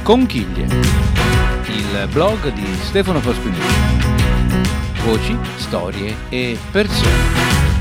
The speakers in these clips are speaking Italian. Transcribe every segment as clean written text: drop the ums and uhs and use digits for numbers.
Conchiglie, il blog di Stefano Pasquinelli. Voci, storie e persone.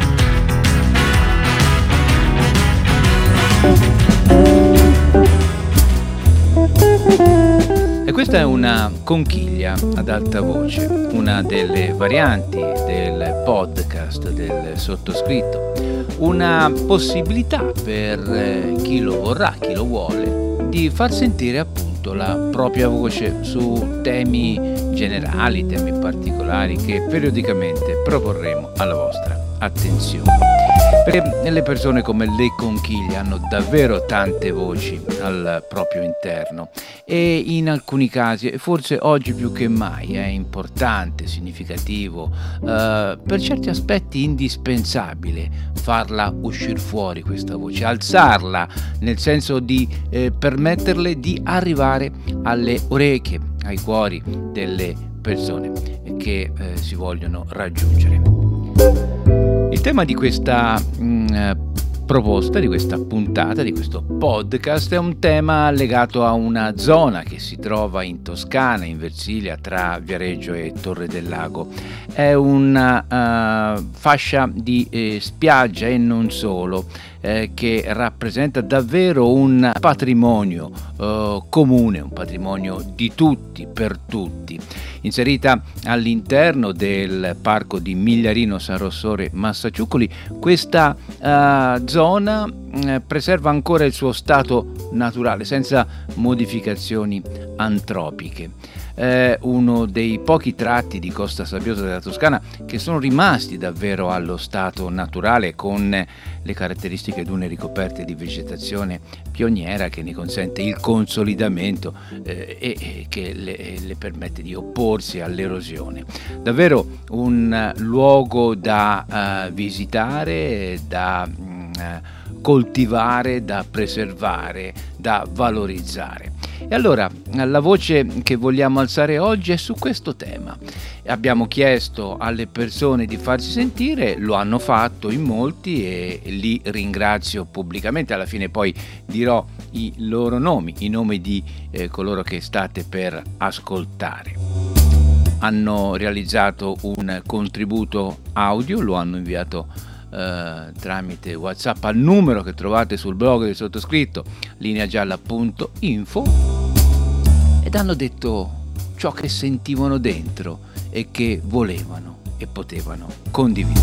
E questa è una conchiglia ad alta voce, una delle varianti del podcast del sottoscritto, una possibilità per chi lo vorrà, chi lo vuole, di far sentire appunto la propria voce su temi generali, temi particolari che periodicamente proporremo alla vostra attenzione. Perché le persone come le conchiglie hanno davvero tante voci al proprio interno e in alcuni casi, forse oggi più che mai, è importante, significativo, per certi aspetti indispensabile farla uscire fuori questa voce, alzarla, nel senso di permetterle di arrivare alle orecchie, ai cuori delle persone che si vogliono raggiungere. Il tema di questa proposta, di questa puntata, di questo podcast è un tema legato a una zona che si trova in Toscana, in Versilia, tra Viareggio e Torre del Lago. È una fascia di spiaggia e non solo, che rappresenta davvero un patrimonio comune, un patrimonio di tutti, per tutti. Inserita all'interno del parco di Migliarino San Rossore Massaciuccoli, questa zona preserva ancora il suo stato naturale senza modificazioni antropiche. Uno dei pochi tratti di costa sabbiosa della Toscana che sono rimasti davvero allo stato naturale, con le caratteristiche dune ricoperte di vegetazione pioniera che ne consente il consolidamento e che le permette di opporsi all'erosione. Davvero un luogo da visitare, da coltivare, da preservare, da valorizzare. E allora la voce che vogliamo alzare oggi è su questo tema. Abbiamo chiesto alle persone di farsi sentire, lo hanno fatto in molti e li ringrazio pubblicamente. Alla fine poi dirò i loro nomi, i nomi di coloro che state per ascoltare. Hanno realizzato un contributo audio, lo hanno inviato tramite WhatsApp al numero che trovate sul blog del sottoscritto, lineagialla.info, ed hanno detto ciò che sentivano dentro e che volevano e potevano condividere.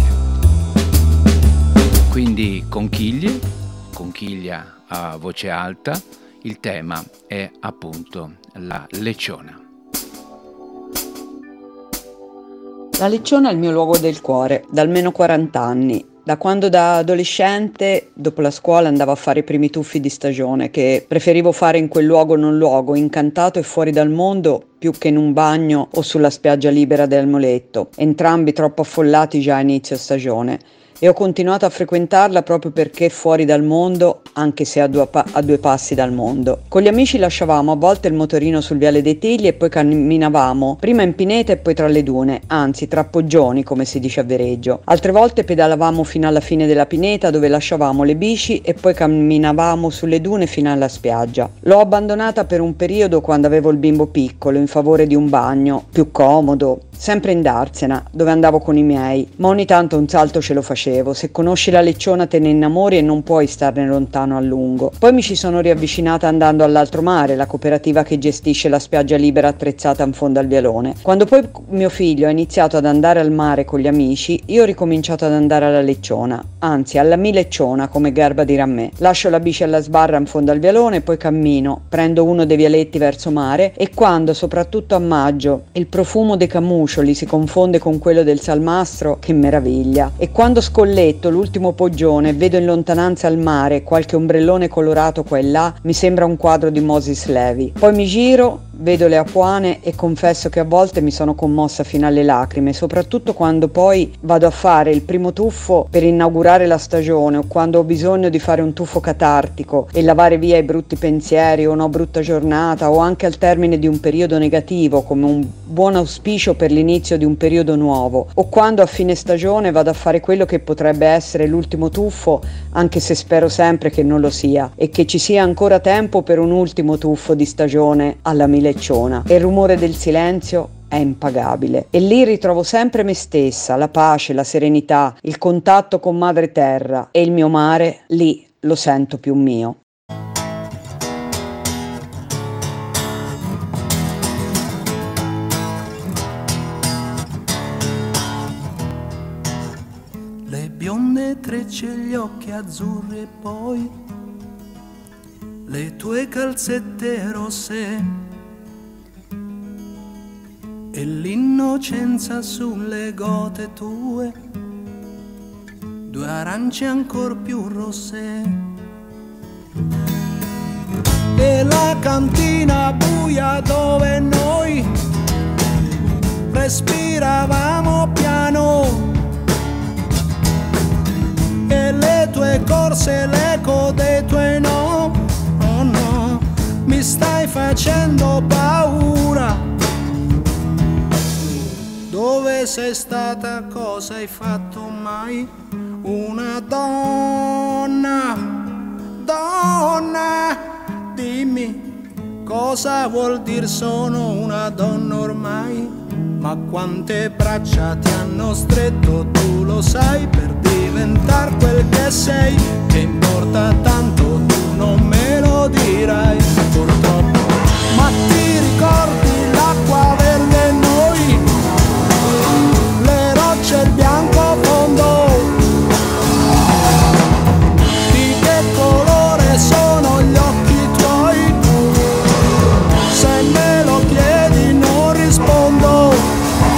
Quindi conchiglia a voce alta, il tema è appunto la lecciona. La Lecciona è il mio luogo del cuore, da almeno 40 anni. Da quando da adolescente, dopo la scuola, andavo a fare i primi tuffi di stagione, che preferivo fare in quel luogo non luogo, incantato e fuori dal mondo, più che in un bagno o sulla spiaggia libera del Moletto, entrambi troppo affollati già a inizio stagione. E ho continuato a frequentarla proprio perché fuori dal mondo, anche se a due passi dal mondo. Con gli amici lasciavamo a volte il motorino sul viale dei Tigli e poi camminavamo, prima in pineta e poi tra le dune, anzi tra poggioni come si dice a Viareggio. Altre volte pedalavamo fino alla fine della pineta dove lasciavamo le bici e poi camminavamo sulle dune fino alla spiaggia. L'ho abbandonata per un periodo quando avevo il bimbo piccolo in favore di un bagno più comodo, sempre in Darsena, dove andavo con i miei, ma ogni tanto un salto ce lo facevo. Se conosci la Lecciona te ne innamori e non puoi starne lontano a lungo. Poi mi ci sono riavvicinata andando all'Altro Mare, la cooperativa che gestisce la spiaggia libera attrezzata in fondo al vialone. Quando poi mio figlio ha iniziato ad andare al mare con gli amici, io ho ricominciato ad andare alla Lecciona, anzi alla Lecciona come garba dire a me. Lascio la bici alla sbarra in fondo al vialone, poi cammino, prendo uno dei vialetti verso mare e quando, soprattutto a maggio, il profumo dei camusi si confonde con quello del salmastro, che meraviglia. E quando scolletto l'ultimo poggione e vedo in lontananza il mare, qualche ombrellone colorato qua e là, mi sembra un quadro di Moses Levy. Poi mi giro, vedo le apuane e confesso che a volte mi sono commossa fino alle lacrime, soprattutto quando poi vado a fare il primo tuffo per inaugurare la stagione o quando ho bisogno di fare un tuffo catartico e lavare via i brutti pensieri o una brutta giornata, o anche al termine di un periodo negativo come un buon auspicio per l'inizio di un periodo nuovo, o quando a fine stagione vado a fare quello che potrebbe essere l'ultimo tuffo, anche se spero sempre che non lo sia e che ci sia ancora tempo per un ultimo tuffo di stagione alla Milecciona. E il rumore del silenzio è impagabile e lì ritrovo sempre me stessa, la pace, la serenità, il contatto con madre terra, e il mio mare lì lo sento più mio. Le bionde trecce, gli occhi azzurri e poi le tue calzette rosse e l'innocenza sulle gote tue, due arance ancor più rosse, e la cantina buia dove noi respiravamo piano, e le tue corse, l'eco dei tuoi no, oh no, mi stai facendo paura. Dove sei stata, cosa hai fatto mai? Una donna, donna, dimmi cosa vuol dire sono una donna ormai? Ma quante braccia ti hanno stretto, tu lo sai, per diventare quel che sei. Che importa tanto, tu non me lo dirai purtroppo. Ma ti ricordi l'acqua verde e noi, le rocce, il bianco fondo? Di che colore sono gli occhi tuoi? Se me lo chiedi non rispondo.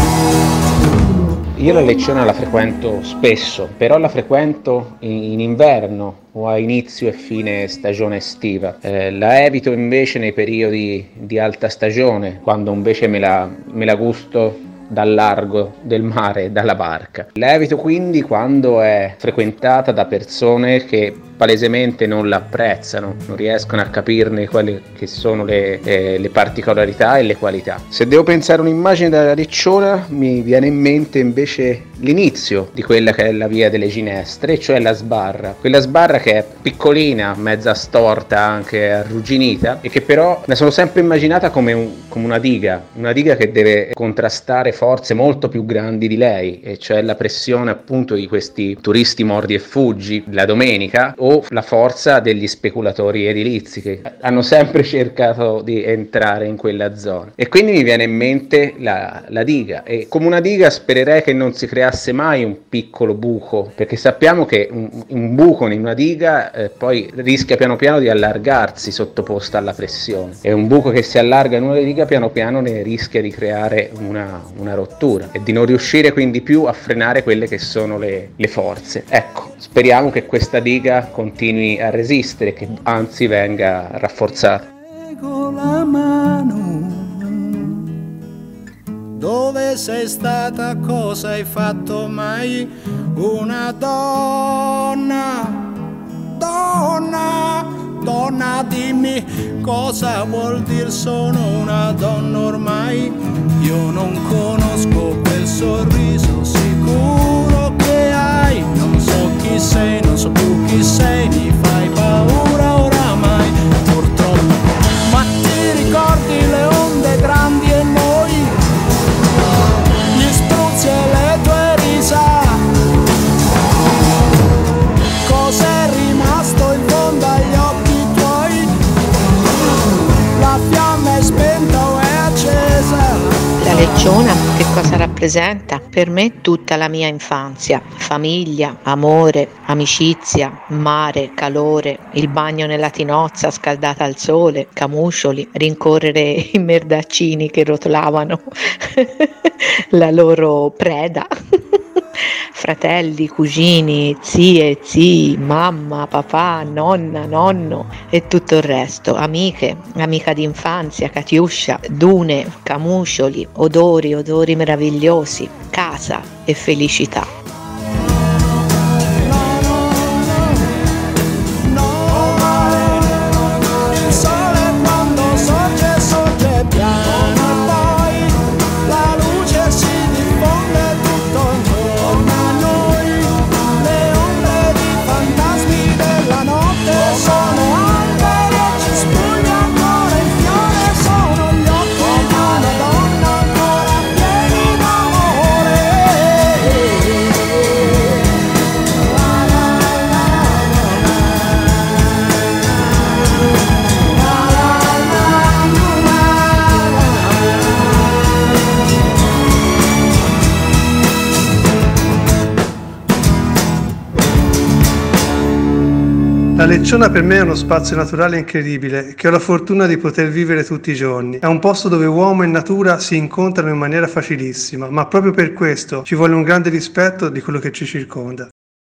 Io la lezione la frequento spesso, però la frequento in inverno o a inizio e fine stagione estiva. La evito invece nei periodi di alta stagione, quando invece me la gusto dal largo del mare, dalla barca. La evito quindi quando è frequentata da persone che palesemente non la apprezzano, non riescono a capirne quali che sono le particolarità e le qualità. Se devo pensare un'immagine della Ricciona, mi viene in mente invece l'inizio di quella che è la via delle Ginestre, cioè la sbarra. Quella sbarra che è piccolina, mezza storta, anche arrugginita, e che però la sono sempre immaginata come una diga che deve contrastare forze molto più grandi di lei, e cioè la pressione appunto di questi turisti mordi e fuggi la domenica, o la forza degli speculatori edilizi che hanno sempre cercato di entrare in quella zona. E quindi mi viene in mente la diga, e come una diga spererei che non si creasse mai un piccolo buco, perché sappiamo che un buco in una diga poi rischia piano piano di allargarsi sottoposta alla pressione, e un buco che si allarga in una diga piano piano ne rischia di creare una rottura e di non riuscire quindi più a frenare quelle che sono le forze. Ecco, speriamo che questa diga continui a resistere, che anzi venga rafforzata. Con la mano, dove sei stata, cosa hai fatto mai? Una donna, donna, donna, dimmi cosa vuol dire sono una donna ormai. Io non conosco quel sorriso sicuro che hai, non so chi sei, non so più chi sei, mi fai paura oramai, purtroppo. Ma ti ricordi le onde grandi e noi, gli spruzzi e le tue risa? Cos'è rimasto in fondo agli occhi tuoi? La fiamma è spenta o è accesa? La Lecciona che cosa rappresenta? Per me tutta la mia infanzia: famiglia, amore, amicizia, mare, calore, il bagno nella tinozza scaldata al sole, camuscioli, rincorrere i merdaccini che rotolavano la loro preda fratelli, cugini, zie, zii, mamma, papà, nonna, nonno e tutto il resto, amiche, amica d'infanzia, Catiuscia, dune, camucioli, odori meravigliosi, casa e felicità. La Lecciona per me è uno spazio naturale incredibile che ho la fortuna di poter vivere tutti i giorni. È un posto dove uomo e natura si incontrano in maniera facilissima, ma proprio per questo ci vuole un grande rispetto di quello che ci circonda.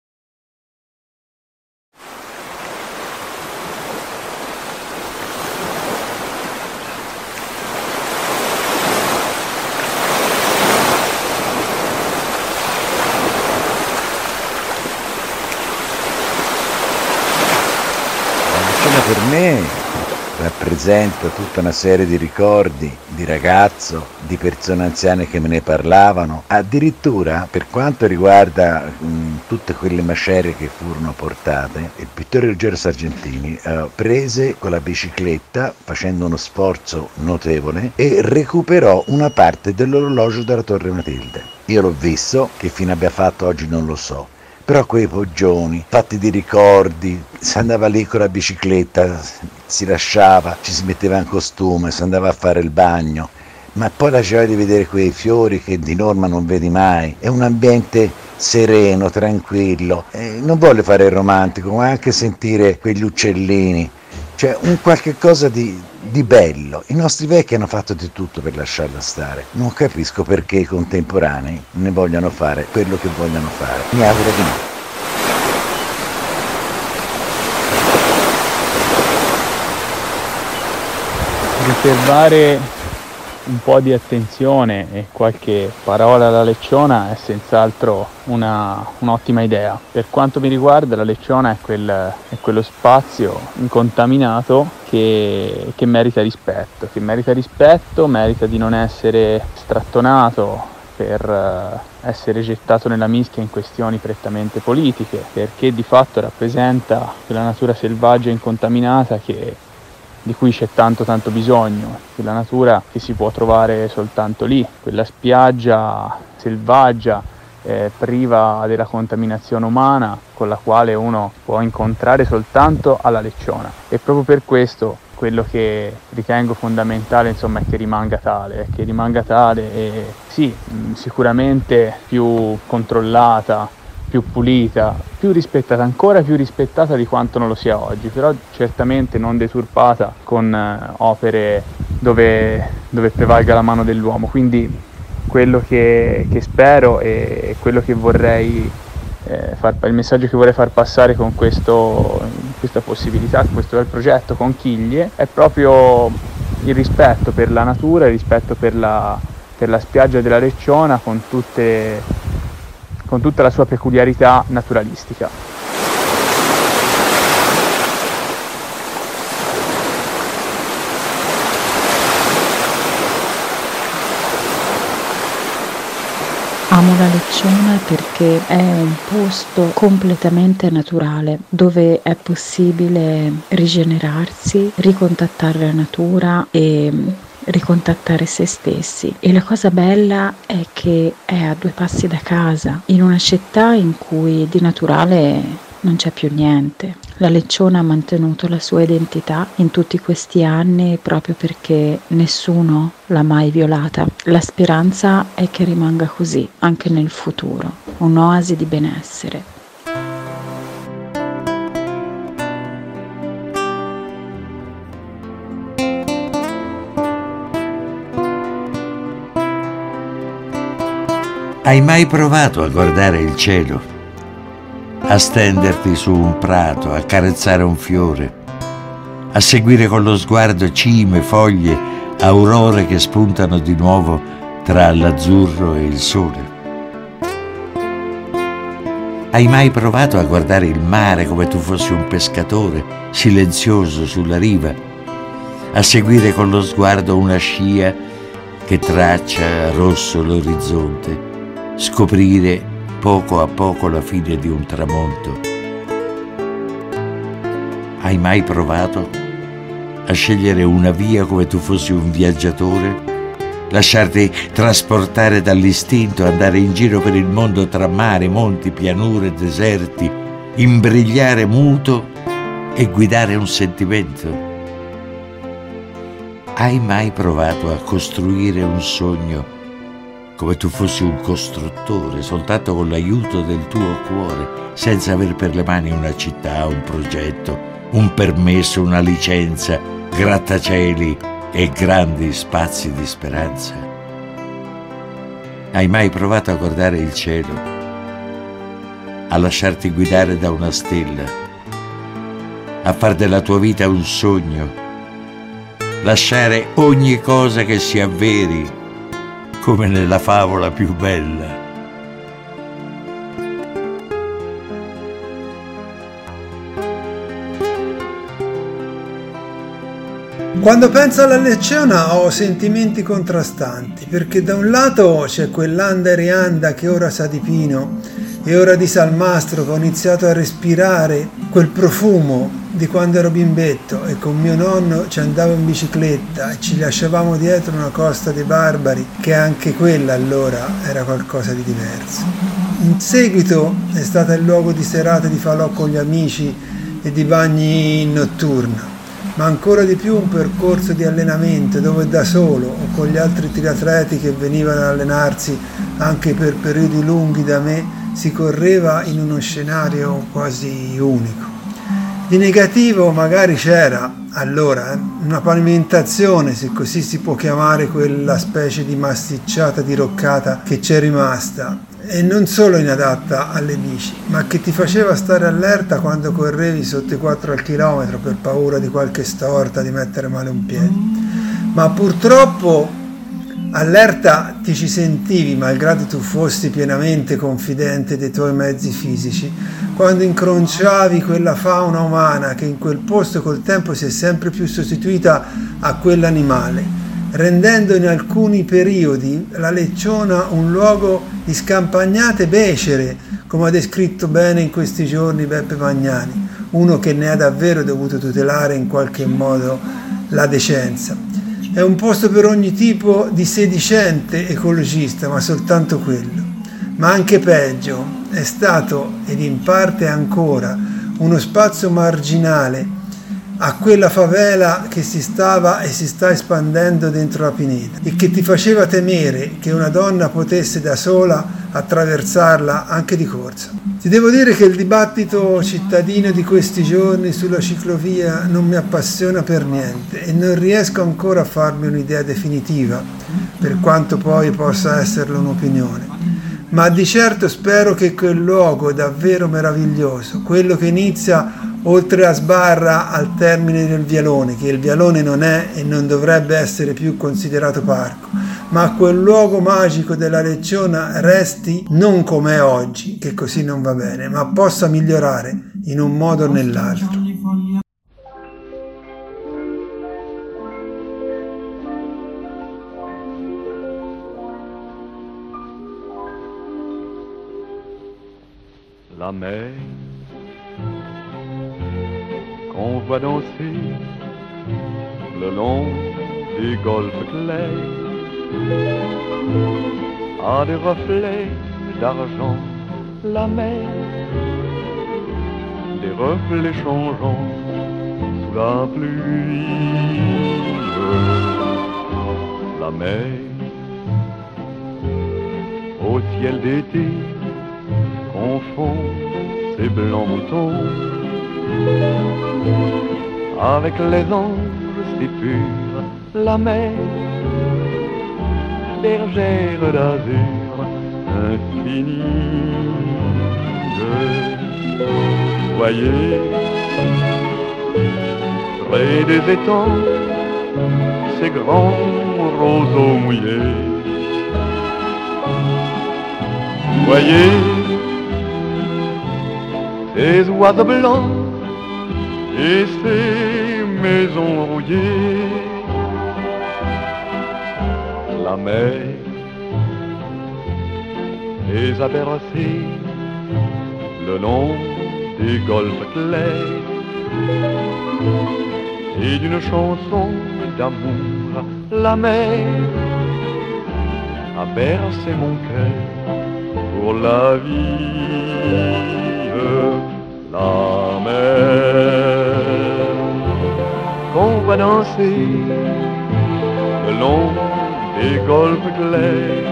Per me rappresenta tutta una serie di ricordi di ragazzo, di persone anziane che me ne parlavano, addirittura per quanto riguarda tutte quelle macerie che furono portate, il pittore Ruggero Sargentini prese con la bicicletta, facendo uno sforzo notevole, e recuperò una parte dell'orologio della Torre Matilde. Io l'ho visto, che fine abbia fatto oggi non lo so, però quei poggioni fatti di ricordi, si andava lì con la bicicletta, si lasciava, ci si metteva in costume, si andava a fare il bagno, ma poi lasciava di vedere quei fiori che di norma non vedi mai. È un ambiente sereno, tranquillo, non voglio fare il romantico, ma anche sentire quegli uccellini, cioè un qualche cosa di bello. I nostri vecchi hanno fatto di tutto per lasciarla stare, non capisco perché i contemporanei ne vogliano fare quello che vogliono fare. Mi auguro di no. Riservare un po' di attenzione e qualche parola alla Lecciona è senz'altro un'ottima idea. Per quanto mi riguarda, la Lecciona è quello spazio incontaminato che merita rispetto, merita di non essere strattonato per essere gettato nella mischia in questioni prettamente politiche, perché di fatto rappresenta quella natura selvaggia e incontaminata di cui c'è tanto bisogno, quella natura che si può trovare soltanto lì, quella spiaggia selvaggia, priva della contaminazione umana, con la quale uno può incontrare soltanto alla Lecciona. E proprio per questo quello che ritengo fondamentale, insomma, è che rimanga tale e sì, sicuramente più controllata, più pulita, più rispettata, ancora più rispettata di quanto non lo sia oggi, però certamente non deturpata con opere dove prevalga la mano dell'uomo. Quindi quello che spero e quello che vorrei il messaggio che vorrei far passare con questa possibilità, questo bel progetto con Chiglie, è proprio il rispetto per la natura, il rispetto per la spiaggia della Lecciona con tutta la sua peculiarità naturalistica. Amo la Lecciona perché è un posto completamente naturale dove è possibile rigenerarsi, ricontattare la natura e ricontattare se stessi. E la cosa bella è che è a 2 passi da casa, in una città in cui di naturale non c'è più niente. La Lecciona ha mantenuto la sua identità in tutti questi anni proprio perché nessuno l'ha mai violata. La speranza è che rimanga così anche nel futuro, un'oasi di benessere. Hai mai provato a guardare il cielo? A stenderti su un prato, a carezzare un fiore, a seguire con lo sguardo cime, foglie, aurore che spuntano di nuovo tra l'azzurro e il sole? Hai mai provato a guardare il mare come tu fossi un pescatore, silenzioso sulla riva, a seguire con lo sguardo una scia che traccia rosso l'orizzonte, scoprire poco a poco la fine di un tramonto? Hai mai provato a scegliere una via come tu fossi un viaggiatore? Lasciarti trasportare dall'istinto, andare in giro per il mondo tra mari, monti, pianure, deserti, imbrigliare muto e guidare un sentimento? Hai mai provato a costruire un sogno come tu fossi un costruttore, soltanto con l'aiuto del tuo cuore, senza aver per le mani una città, un progetto, un permesso, una licenza, grattacieli e grandi spazi di speranza? Hai mai provato a guardare il cielo, a lasciarti guidare da una stella, a far della tua vita un sogno, lasciare ogni cosa che si avveri come nella favola più bella? Quando penso alla Lecceona ho sentimenti contrastanti, perché da un lato c'è quell'anda e rianda che ora sa di pino e ora di salmastro, che ho iniziato a respirare quel profumo di quando ero bimbetto e con mio nonno ci andavo in bicicletta e ci lasciavamo dietro una costa dei barbari, che anche quella allora era qualcosa di diverso. In seguito è stata il luogo di serate di falò con gli amici e di bagni in notturna, ma ancora di più un percorso di allenamento dove da solo o con gli altri triatleti che venivano ad allenarsi anche per periodi lunghi da me si correva in uno scenario quasi unico. Di negativo magari c'era allora una pavimentazione, se così si può chiamare quella specie di masticciata diroccata che c'è rimasta, e non solo inadatta alle bici, ma che ti faceva stare allerta quando correvi sotto i 4 al chilometro per paura di qualche storta, di mettere male un piede. Ma purtroppo allerta ti ci sentivi, malgrado tu fossi pienamente confidente dei tuoi mezzi fisici, quando incrociavi quella fauna umana che in quel posto col tempo si è sempre più sostituita a quella animale, rendendo in alcuni periodi la Lecceona un luogo di scampagnate becere, come ha descritto bene in questi giorni Beppe Magnani, uno che ne ha davvero dovuto tutelare in qualche modo la decenza. È un posto per ogni tipo di sedicente ecologista, ma soltanto quello. Ma anche peggio, è stato, ed in parte ancora, uno spazio marginale a quella favela che si stava e si sta espandendo dentro la pineta e che ti faceva temere che una donna potesse da sola attraversarla anche di corsa. Ti devo dire che il dibattito cittadino di questi giorni sulla ciclovia non mi appassiona per niente e non riesco ancora a farmi un'idea definitiva, per quanto poi possa esserlo un'opinione. Ma di certo spero che quel luogo davvero meraviglioso, quello che inizia oltre a Sbarra al termine del Vialone, che il Vialone non è e non dovrebbe essere più considerato parco, ma quel luogo magico della Lecceona resti non come è oggi, che così non va bene, ma possa migliorare in un modo o nell'altro. La mer qu'on voit danser le long des golfes clairs a des reflets d'argent. La mer, des reflets changeants sous la pluie. La mer au ciel d'été confond ses blancs moutons avec les anges si purs. La mer, bergère d'azur, infinie. Voyez, près des étangs, ces grands roseaux mouillés. Voyez, ces oiseaux blancs et ces maisons rouillées. La mer les a bercés le long des golfes clairs, et d'une chanson d'amour la mer a bercé mon cœur pour la vie. La mer qu'on va danser le long des golfes clairs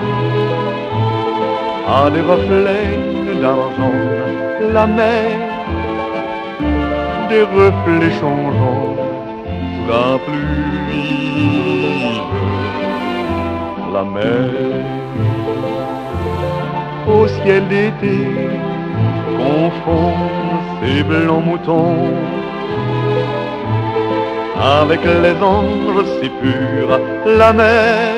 a des reflets d'argent. La mer, des reflets changeants sous la pluie. La mer, au ciel d'été, confond ses blancs moutons avec les anges si purs. La mer,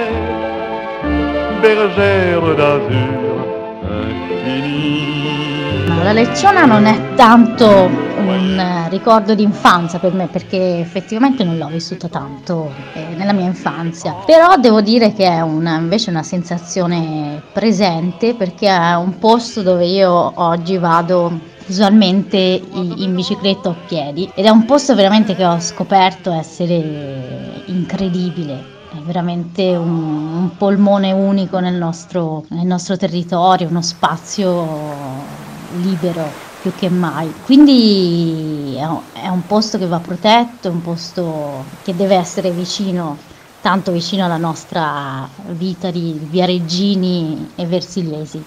bergère d'azur infinie. La Lecciona non è tanto un ricordo di infanzia per me, perché effettivamente non l'ho vissuto tanto nella mia infanzia, però devo dire che è invece una sensazione presente, perché è un posto dove io oggi vado usualmente in bicicletta o a piedi, ed è un posto veramente che ho scoperto essere incredibile. È veramente un polmone unico nel nostro territorio, uno spazio libero più che mai. Quindi è un posto che va protetto, è un posto che deve essere vicino, tanto vicino alla nostra vita di viareggini e versigliesi.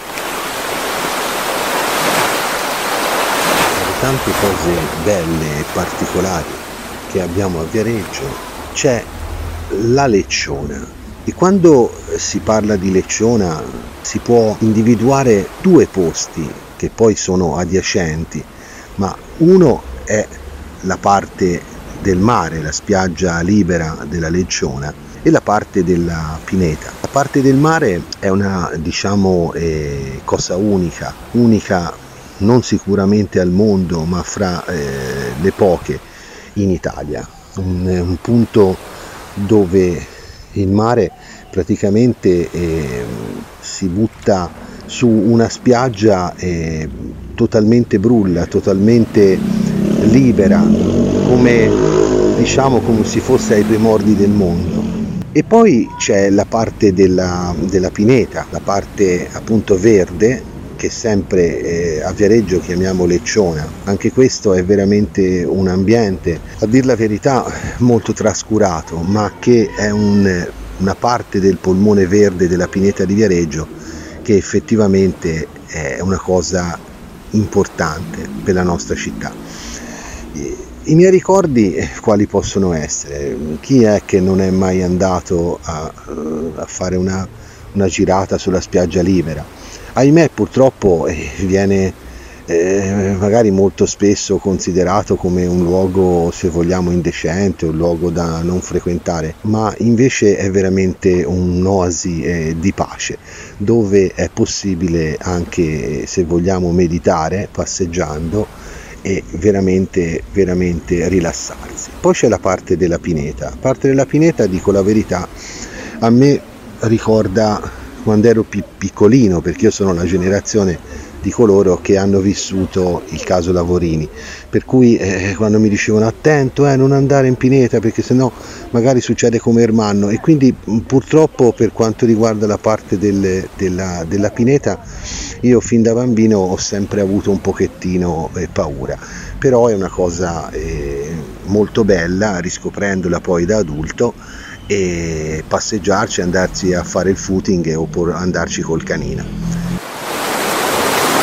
Tra le tante cose belle e particolari che abbiamo a Viareggio c'è la Lecciona, e quando si parla di Lecciona si può individuare due posti che poi sono adiacenti, ma uno è la parte del mare, la spiaggia libera della Lecciona, e la parte della pineta. La parte del mare è una, cosa unica non sicuramente al mondo, ma fra le poche in Italia. Un punto dove il mare praticamente si butta su una spiaggia totalmente brulla, totalmente libera, come si fosse ai primordi del mondo. E poi c'è la parte della pineta, la parte appunto verde, che sempre a Viareggio chiamiamo Lecciona. Anche questo è veramente un ambiente, a dir la verità, molto trascurato, ma che è una parte del polmone verde della pineta di Viareggio, che effettivamente è una cosa importante per la nostra città. I miei ricordi quali possono essere? Chi è che non è mai andato a fare una girata sulla spiaggia libera? Ahimè, purtroppo viene magari molto spesso considerato come un luogo, se vogliamo, indecente, un luogo da non frequentare, ma invece è veramente un'oasi di pace, dove è possibile anche, se vogliamo, meditare passeggiando e veramente rilassarsi. Poi c'è la parte della pineta. Parte della pineta, dico la verità, a me ricorda quando ero piccolino, perché io sono la generazione di coloro che hanno vissuto il caso Lavorini, per cui quando mi dicevano attento non andare in pineta perché sennò magari succede come Ermanno, e quindi purtroppo per quanto riguarda la parte della pineta io fin da bambino ho sempre avuto un pochettino paura, però è una cosa molto bella riscoprendola poi da adulto, e passeggiarci, andarci a fare il footing oppure andarci col canino.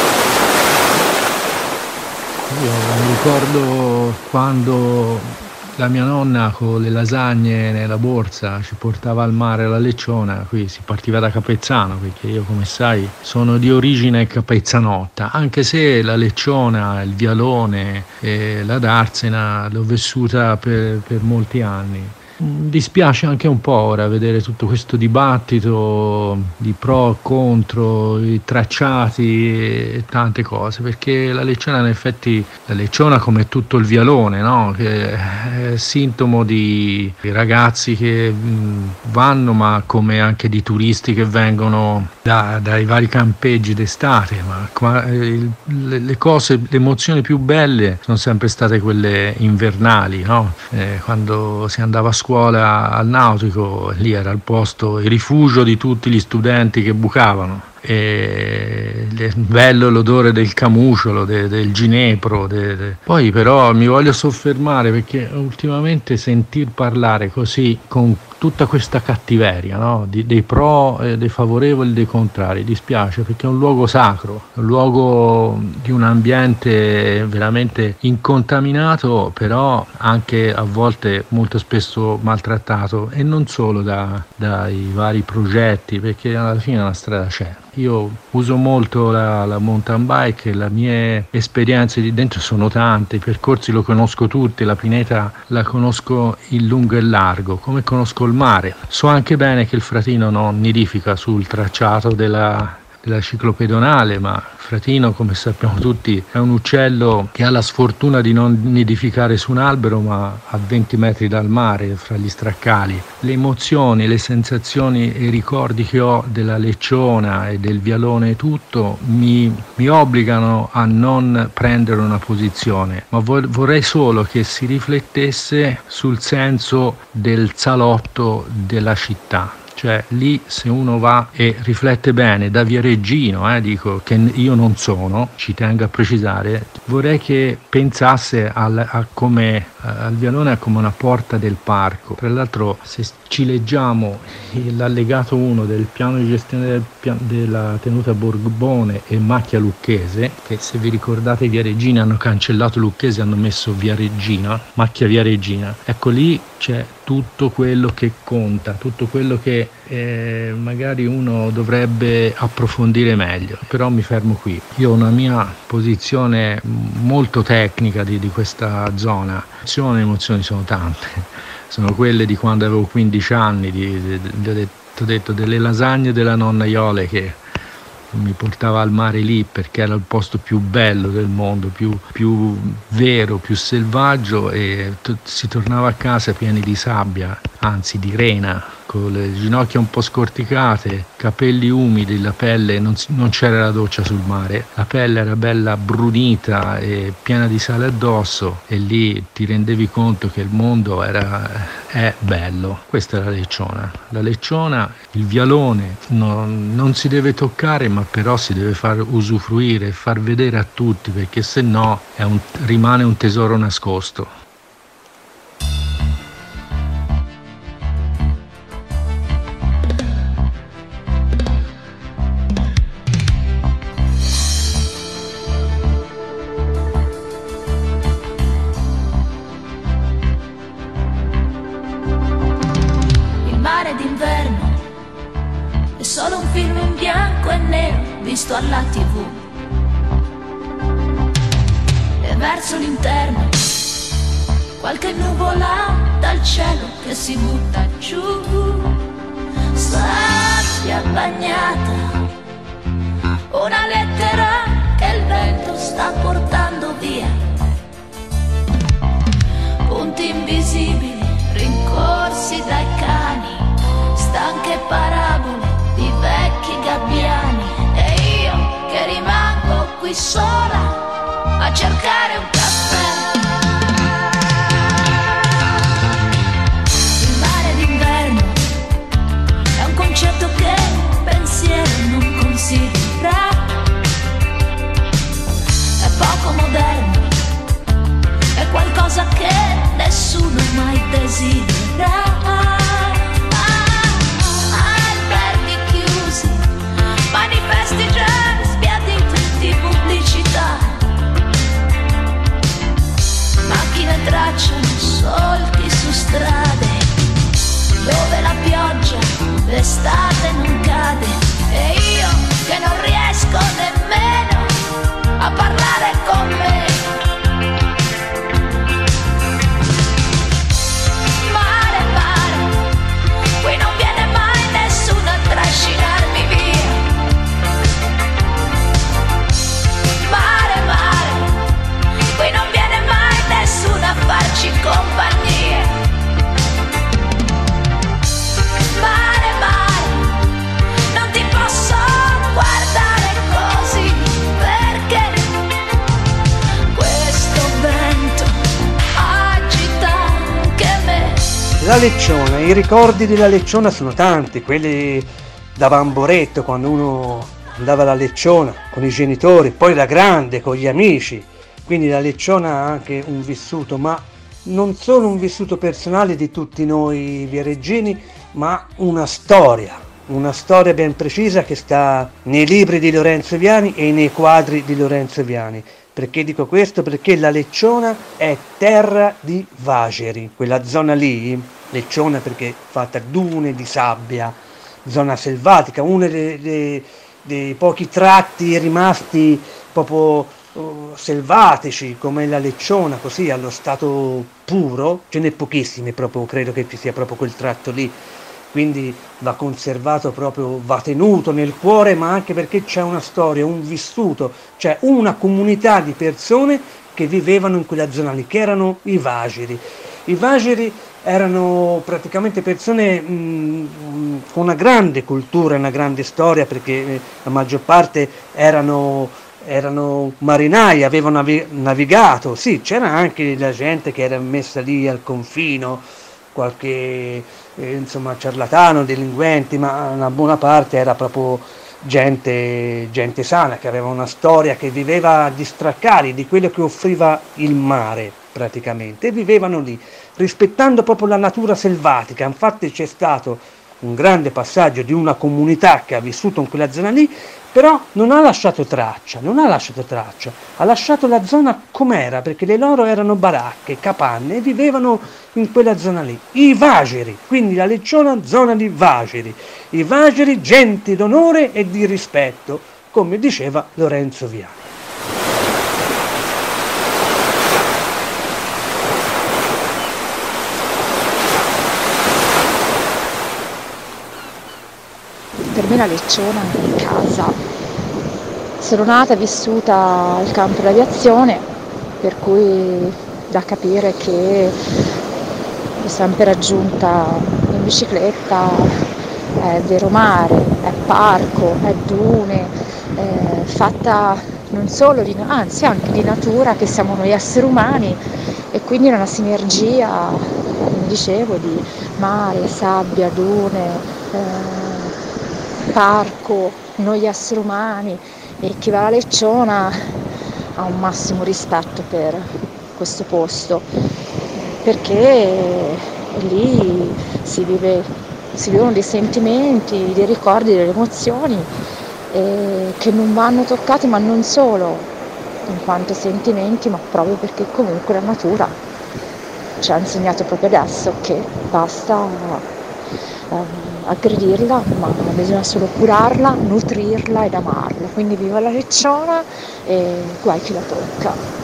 Io mi ricordo quando La mia nonna con le lasagne nella borsa ci portava al mare la Lecciona, qui si partiva da Capezzano, perché io, come sai, sono di origine capezzanotta, anche se la Lecciona, il Vialone e la Darsena l'ho vissuta per molti anni. Dispiace anche un po' ora vedere tutto questo dibattito di pro, contro, i tracciati e tante cose, perché la Lecciona, in effetti, la Lecciona, come tutto il Vialone, no? Che è sintomo di ragazzi che vanno, ma come anche di turisti che vengono dai vari campeggi d'estate, ma le cose, le emozioni più belle sono sempre state quelle invernali, no? Quando si andava a scuola al nautico, lì era il posto, il rifugio di tutti gli studenti che bucavano. E bello l'odore del camuciolo, del ginepro. Poi però mi voglio soffermare, perché ultimamente sentir parlare così con tutta questa cattiveria, no? Dei pro, dei favorevoli, dei contrari, dispiace, perché è un luogo sacro, un luogo di un ambiente veramente incontaminato, però anche a volte molto spesso maltrattato, e non solo dai vari progetti, perché alla fine la strada c'è. Io uso molto la mountain bike, le mie esperienze di dentro sono tante, i percorsi lo conosco tutti, la pineta la conosco in lungo e largo, come conosco il mare. So anche bene che il Fratino non nidifica sul tracciato della ciclopedonale, ma Fratino, come sappiamo tutti, è un uccello che ha la sfortuna di non nidificare su un albero, ma a 20 metri dal mare, fra gli straccali. Le emozioni, le sensazioni e i ricordi che ho della Lecciona e del Vialone e tutto mi obbligano a non prendere una posizione, ma vorrei solo che si riflettesse sul senso del salotto della città. Cioè lì, se uno va e riflette bene, da Viareggino, dico che io non sono, ci tengo a precisare, vorrei che pensasse al Vialone come una porta del parco. Tra l'altro, se ci leggiamo l'allegato 1 del piano di gestione della tenuta Borbone e Macchia Lucchese, che se vi ricordate Viareggina hanno cancellato Lucchese, hanno messo Viareggina, Macchia Viareggina, ecco lì c'è tutto quello che conta, tutto quello che magari uno dovrebbe approfondire meglio, però mi fermo qui. Io ho una mia posizione molto tecnica di questa zona. Le emozioni sono tante, sono quelle di quando avevo 15 anni, ho detto delle lasagne della nonna Iole che mi portava al mare lì perché era il posto più bello del mondo, più vero, più selvaggio, e si tornava a casa pieni di sabbia, anzi di rena, con le ginocchia un po' scorticate, capelli umidi, la pelle, non c'era la doccia sul mare, la pelle era bella brunita e piena di sale addosso, e lì ti rendevi conto che il mondo è bello. Questa è la Lecciona. La Lecciona, il Vialone non si deve toccare, ma però si deve far usufruire, far vedere a tutti, perché se no rimane un tesoro nascosto. Visto alla TV e verso l'interno qualche nuvola dal cielo che si butta giù, sabbia bagnata, una lettera che il vento sta portando via, punti invisibili rincorsi dai cani, stanche parabole di vecchi gabbiani, che rimango qui sola a cercare un caffè. Il mare d'inverno è un concetto che il pensiero non considera, è poco moderno, è qualcosa che nessuno mai desidera. Alberghi chiusi, manifesti già sbiaditi di pubblicità, l'estate non cade e io che non riesco nemmeno a parlare con me. Mare, mare, qui non viene mai nessuno a trascinarmi via. Mare, mare, qui non viene mai nessuno a farci compagnia. Mare, mare, non ti posso guardare così, perché questo vento agita anche me. La Lecciona, i ricordi della Lecciona sono tanti, quelli da bamboretto quando uno andava alla Lecciona con i genitori, poi da grande con gli amici, quindi la Lecciona ha anche un vissuto, ma non solo un vissuto personale di tutti noi viareggini, ma una storia ben precisa che sta nei libri di Lorenzo Viani e nei quadri di Lorenzo Viani. Perché dico questo? Perché la Lecciona è terra di Vageri, quella zona lì, Lecciona perché è fatta dune di sabbia, zona selvatica, uno dei pochi tratti rimasti proprio selvatici come la Lecciona, così allo stato puro, ce n'è pochissimi proprio, credo che ci sia proprio quel tratto lì, quindi va conservato proprio, va tenuto nel cuore, ma anche perché c'è una storia, un vissuto, c'è una comunità di persone che vivevano in quella zona lì, che erano i Vageri. I Vageri erano praticamente persone con una grande cultura, una grande storia, perché la maggior parte erano marinai, avevano navigato, sì, c'era anche la gente che era messa lì al confino, qualche ciarlatano, delinquenti, ma una buona parte era proprio gente sana, che aveva una storia, che viveva di straccari, di quello che offriva il mare praticamente, e vivevano lì, rispettando proprio la natura selvatica. Infatti c'è stato un grande passaggio di una comunità che ha vissuto in quella zona lì, però non ha lasciato traccia, ha lasciato la zona com'era, perché le loro erano baracche, capanne, e vivevano in quella zona lì. I Vageri, quindi la Lecciona, zona di Vageri. I Vageri, gente d'onore e di rispetto, come diceva Lorenzo Viani. Per me la Lecciona è casa. Sono nata e vissuta al campo d'aviazione, per cui da capire che l'ho sempre raggiunta in bicicletta, è vero mare, è parco, è dune, è fatta non solo anzi anche di natura, che siamo noi esseri umani, e quindi una sinergia, come dicevo, di mare, sabbia, dune, parco, noi esseri umani, e chi va alla Lecciona ha un massimo rispetto per questo posto, perché lì si vivono dei sentimenti, dei ricordi, delle emozioni che non vanno toccati, ma non solo in quanto sentimenti, ma proprio perché comunque la natura ci ha insegnato proprio adesso che basta aggredirla, ma bisogna solo curarla, nutrirla ed amarla. Quindi viva la Lecciona e guai chi la tocca.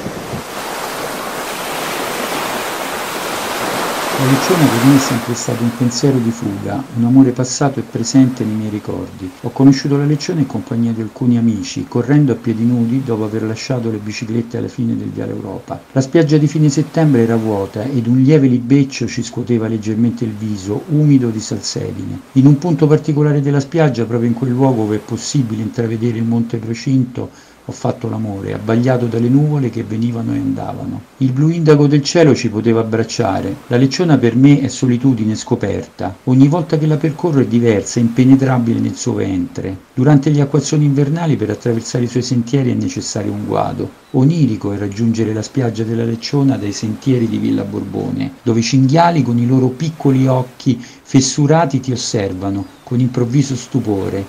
La Lecciona per me è sempre stato un pensiero di fuga, un amore passato e presente nei miei ricordi. Ho conosciuto la Lecciona in compagnia di alcuni amici, correndo a piedi nudi dopo aver lasciato le biciclette alla fine del Viale Europa. La spiaggia di fine settembre era vuota ed un lieve libeccio ci scuoteva leggermente il viso, umido di salsedine. In un punto particolare della spiaggia, proprio in quel luogo dove è possibile intravedere il Monte Procinto, ho fatto l'amore, abbagliato dalle nuvole che venivano e andavano. Il blu indago del cielo ci poteva abbracciare. La Lecciona per me è solitudine scoperta. Ogni volta che la percorro è diversa, impenetrabile nel suo ventre. Durante gli acquazzoni invernali, per attraversare i suoi sentieri è necessario un guado. Onirico è raggiungere la spiaggia della Lecciona dai sentieri di Villa Borbone, dove i cinghiali con i loro piccoli occhi fessurati ti osservano con improvviso stupore.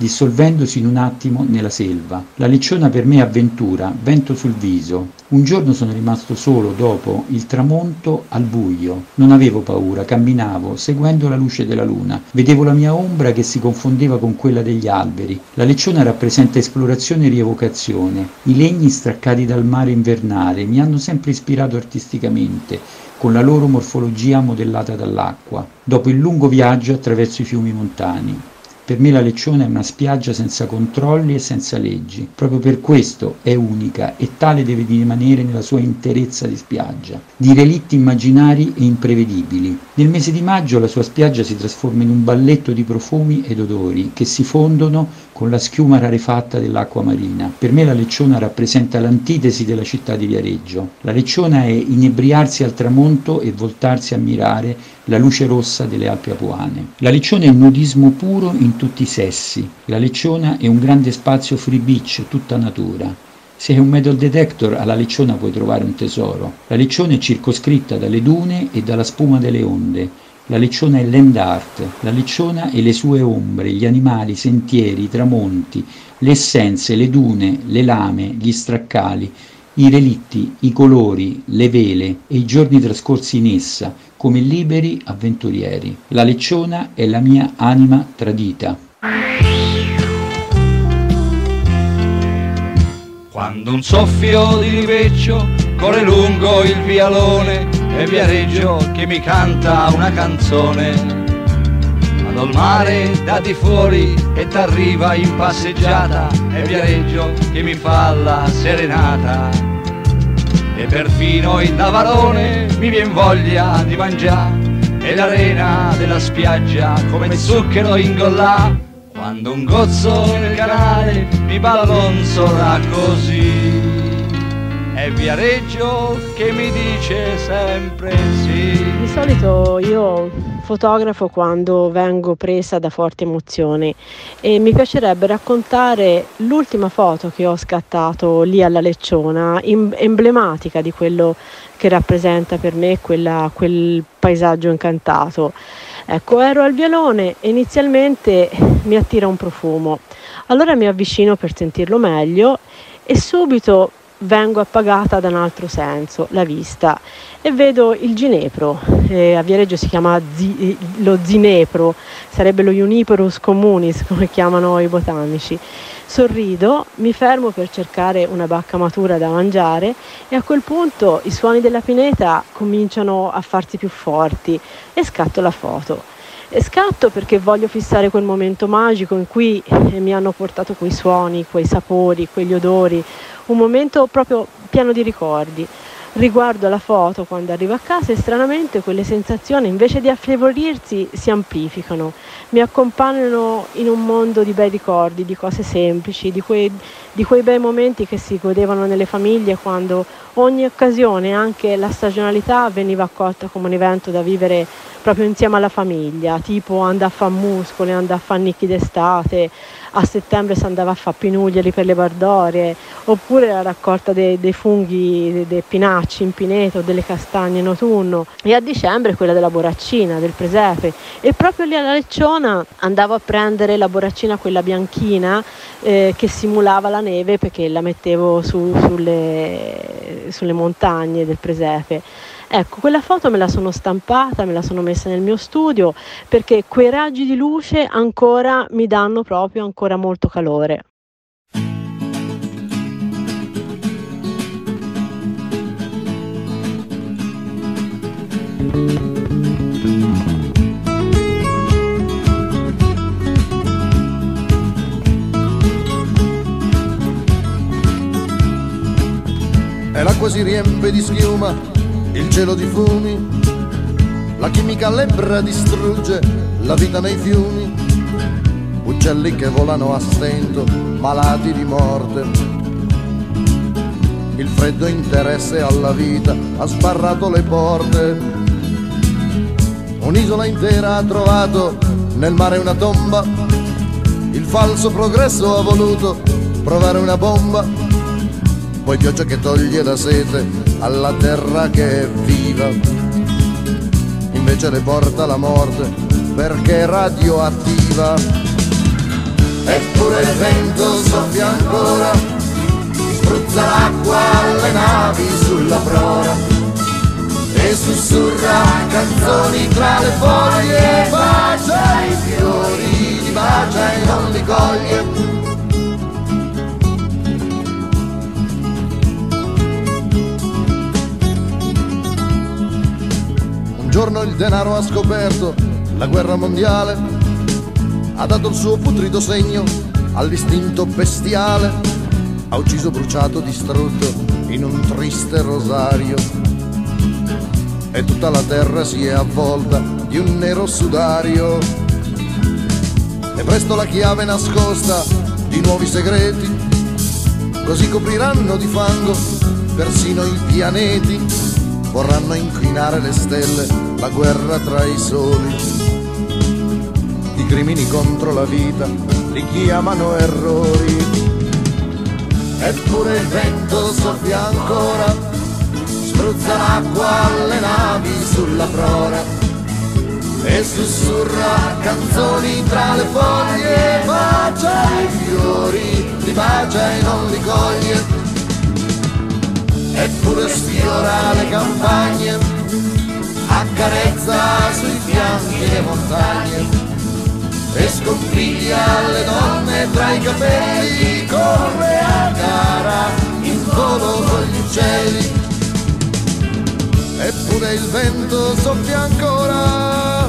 dissolvendosi in un attimo nella selva. La Lecciona per me è avventura, vento sul viso. Un giorno sono rimasto solo dopo il tramonto al buio. Non avevo paura, camminavo, seguendo la luce della luna. Vedevo la mia ombra che si confondeva con quella degli alberi. La Lecciona rappresenta esplorazione e rievocazione. I legni straccati dal mare invernale mi hanno sempre ispirato artisticamente, con la loro morfologia modellata dall'acqua, dopo il lungo viaggio attraverso i fiumi montani. Per me la Lecciona è una spiaggia senza controlli e senza leggi. Proprio per questo è unica e tale deve rimanere nella sua interezza di spiaggia, di relitti immaginari e imprevedibili. Nel mese di maggio la sua spiaggia si trasforma in un balletto di profumi ed odori che si fondono con la schiuma rarefatta dell'acqua marina. Per me la Lecciona rappresenta l'antitesi della città di Viareggio. La Lecciona è inebriarsi al tramonto e voltarsi a mirare la luce rossa delle Alpi Apuane. La Lecciona è nudismo puro in tutti i sessi. La Lecciona è un grande spazio free beach, tutta natura. Se è un metal detector, alla Lecciona puoi trovare un tesoro. La Lecciona è circoscritta dalle dune e dalla spuma delle onde. La Lecciona è land art. La Lecciona e le sue ombre, gli animali, i sentieri, i tramonti, le essenze, le dune, le lame, gli straccali, i relitti, i colori, le vele e i giorni trascorsi in essa, come liberi avventurieri. La Lecciona è la mia anima tradita. Quando un soffio di rivecchio corre lungo il vialone e Viareggio che mi canta una canzone, vado al mare da di fuori e t'arriva in passeggiata e Viareggio che mi fa la serenata. E perfino in Navarone mi vien voglia di mangiare e l'arena della spiaggia come zucchero in gollà. Quando un gozzo nel canale mi ballonzola così è Viareggio che mi dice sempre sì. Di solito io fotografo quando vengo presa da forti emozioni e mi piacerebbe raccontare l'ultima foto che ho scattato lì alla Lecciona, emblematica di quello che rappresenta per me quel paesaggio incantato. Ecco, ero al vialone e inizialmente mi attira un profumo, allora mi avvicino per sentirlo meglio e subito vengo appagata da un altro senso, la vista, e vedo il ginepro. A Viareggio si chiama lo zinepro, sarebbe lo Juniperus communis come chiamano i botanici. Sorrido, mi fermo per cercare una bacca matura da mangiare e a quel punto i suoni della pineta cominciano a farsi più forti e scatto la foto. E scatto perché voglio fissare quel momento magico in cui mi hanno portato quei suoni, quei sapori, quegli odori, un momento proprio pieno di ricordi. Riguardo la foto quando arrivo a casa e stranamente quelle sensazioni invece di affievolirsi si amplificano, mi accompagnano in un mondo di bei ricordi, di cose semplici, di quei bei momenti che si godevano nelle famiglie quando ogni occasione, anche la stagionalità, veniva accolta come un evento da vivere proprio insieme alla famiglia, tipo andare a fare muscoli, andare a fare nicchi d'estate, a settembre si andava a fare pinuglioli per le bardorie, oppure la raccolta dei funghi, dei pinacci in pineto, delle castagne in autunno, e a dicembre quella della boraccina, del presepe. E proprio lì alla Lecciona andavo a prendere la boraccina, quella bianchina, che simulava la neve perché la mettevo sulle montagne del presepe. Ecco, quella foto me la sono stampata, me la sono messa nel mio studio perché quei raggi di luce ancora mi danno proprio ancora molto calore. E l'acqua si riempie di schiuma, il cielo di fumi, la chimica lebbra distrugge la vita nei fiumi, uccelli che volano a stento, malati di morte. Il freddo interesse alla vita ha sbarrato le porte. Un'isola intera ha trovato nel mare una tomba, il falso progresso ha voluto provare una bomba, poi pioggia che toglie la sete alla terra che è viva, invece le porta la morte perché è radioattiva. eppure il vento soffia ancora, spruzza l'acqua alle navi sulla prora e sussurra canzoni tra le foglie, bacia i fiori, li bacia e non li coglie. Un giorno il denaro ha scoperto la guerra mondiale, ha dato il suo putrido segno all'istinto bestiale, ha ucciso, bruciato, distrutto in un triste rosario, e tutta la terra si è avvolta di un nero sudario, e presto la chiave nascosta di nuovi segreti, così copriranno di fango persino i pianeti, vorranno inquinare le stelle, la guerra tra i soli, i crimini contro la vita li chiamano errori, eppure il vento soffia ancora, spruzza l'acqua alle navi sulla prora e sussurra canzoni tra le foglie, bacia i fiori, li bacia e non li coglie, eppure sfiora le campagne, accarezza sui fianchi le montagne e sconfiglia le donne tra i capelli, corre a gara in volo con gli uccelli, eppure il vento soffia ancora.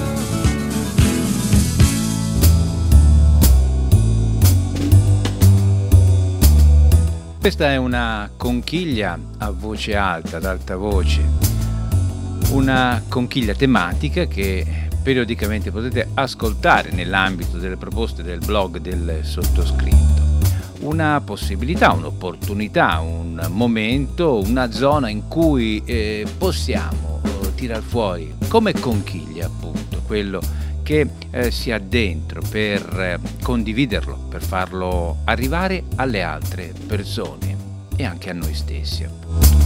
Questa è una conchiglia a voce alta, ad alta voce, una conchiglia tematica che periodicamente potete ascoltare nell'ambito delle proposte del blog del sottoscritto. Una possibilità, un'opportunità, un momento, una zona in cui possiamo tirar fuori come conchiglia, appunto, quello che si ha dentro, per condividerlo, per farlo arrivare alle altre persone e anche a noi stessi, appunto.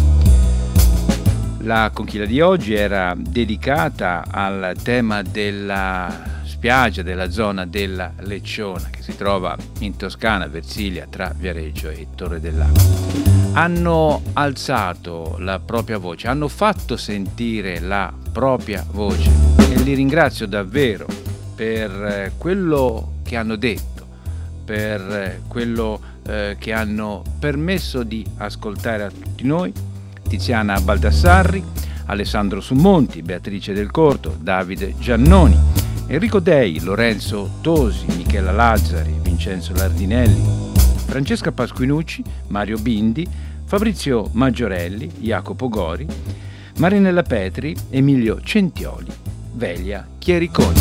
La conchiglia di oggi era dedicata al tema della spiaggia della zona della Lecciona, che si trova in Toscana, Versilia, tra Viareggio e Torre del Lago. Hanno alzato la propria voce, hanno fatto sentire la propria voce e li ringrazio davvero per quello che hanno detto, per quello che hanno permesso di ascoltare a tutti noi. Tiziana Baldassarri, Alessandro Summonti, Beatrice Del Corto, Davide Giannoni, Enrico Dei, Lorenzo Tosi, Michela Lazzari, Vincenzo Lardinelli, Francesca Pasquinucci, Mario Bindi, Fabrizio Maggiorelli, Jacopo Gori, Marinella Petri, Emilio Centioli, Velia Chiericoni.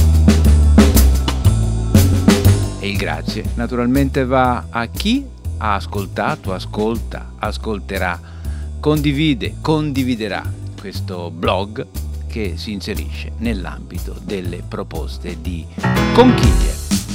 E il grazie naturalmente va a chi ha ascoltato, ascolta, ascolterà, condividerà questo blog che si inserisce nell'ambito delle proposte di conchiglie.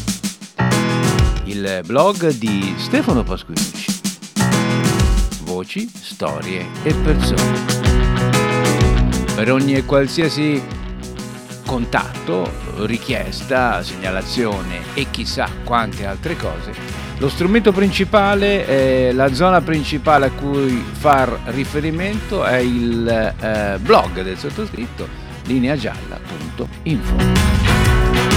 Il blog di Stefano Pasquinucci. Voci, storie e persone. Per ogni e qualsiasi contatto, richiesta, segnalazione e chissà quante altre cose, lo strumento principale, la zona principale a cui far riferimento è il blog del sottoscritto, lineagialla.info.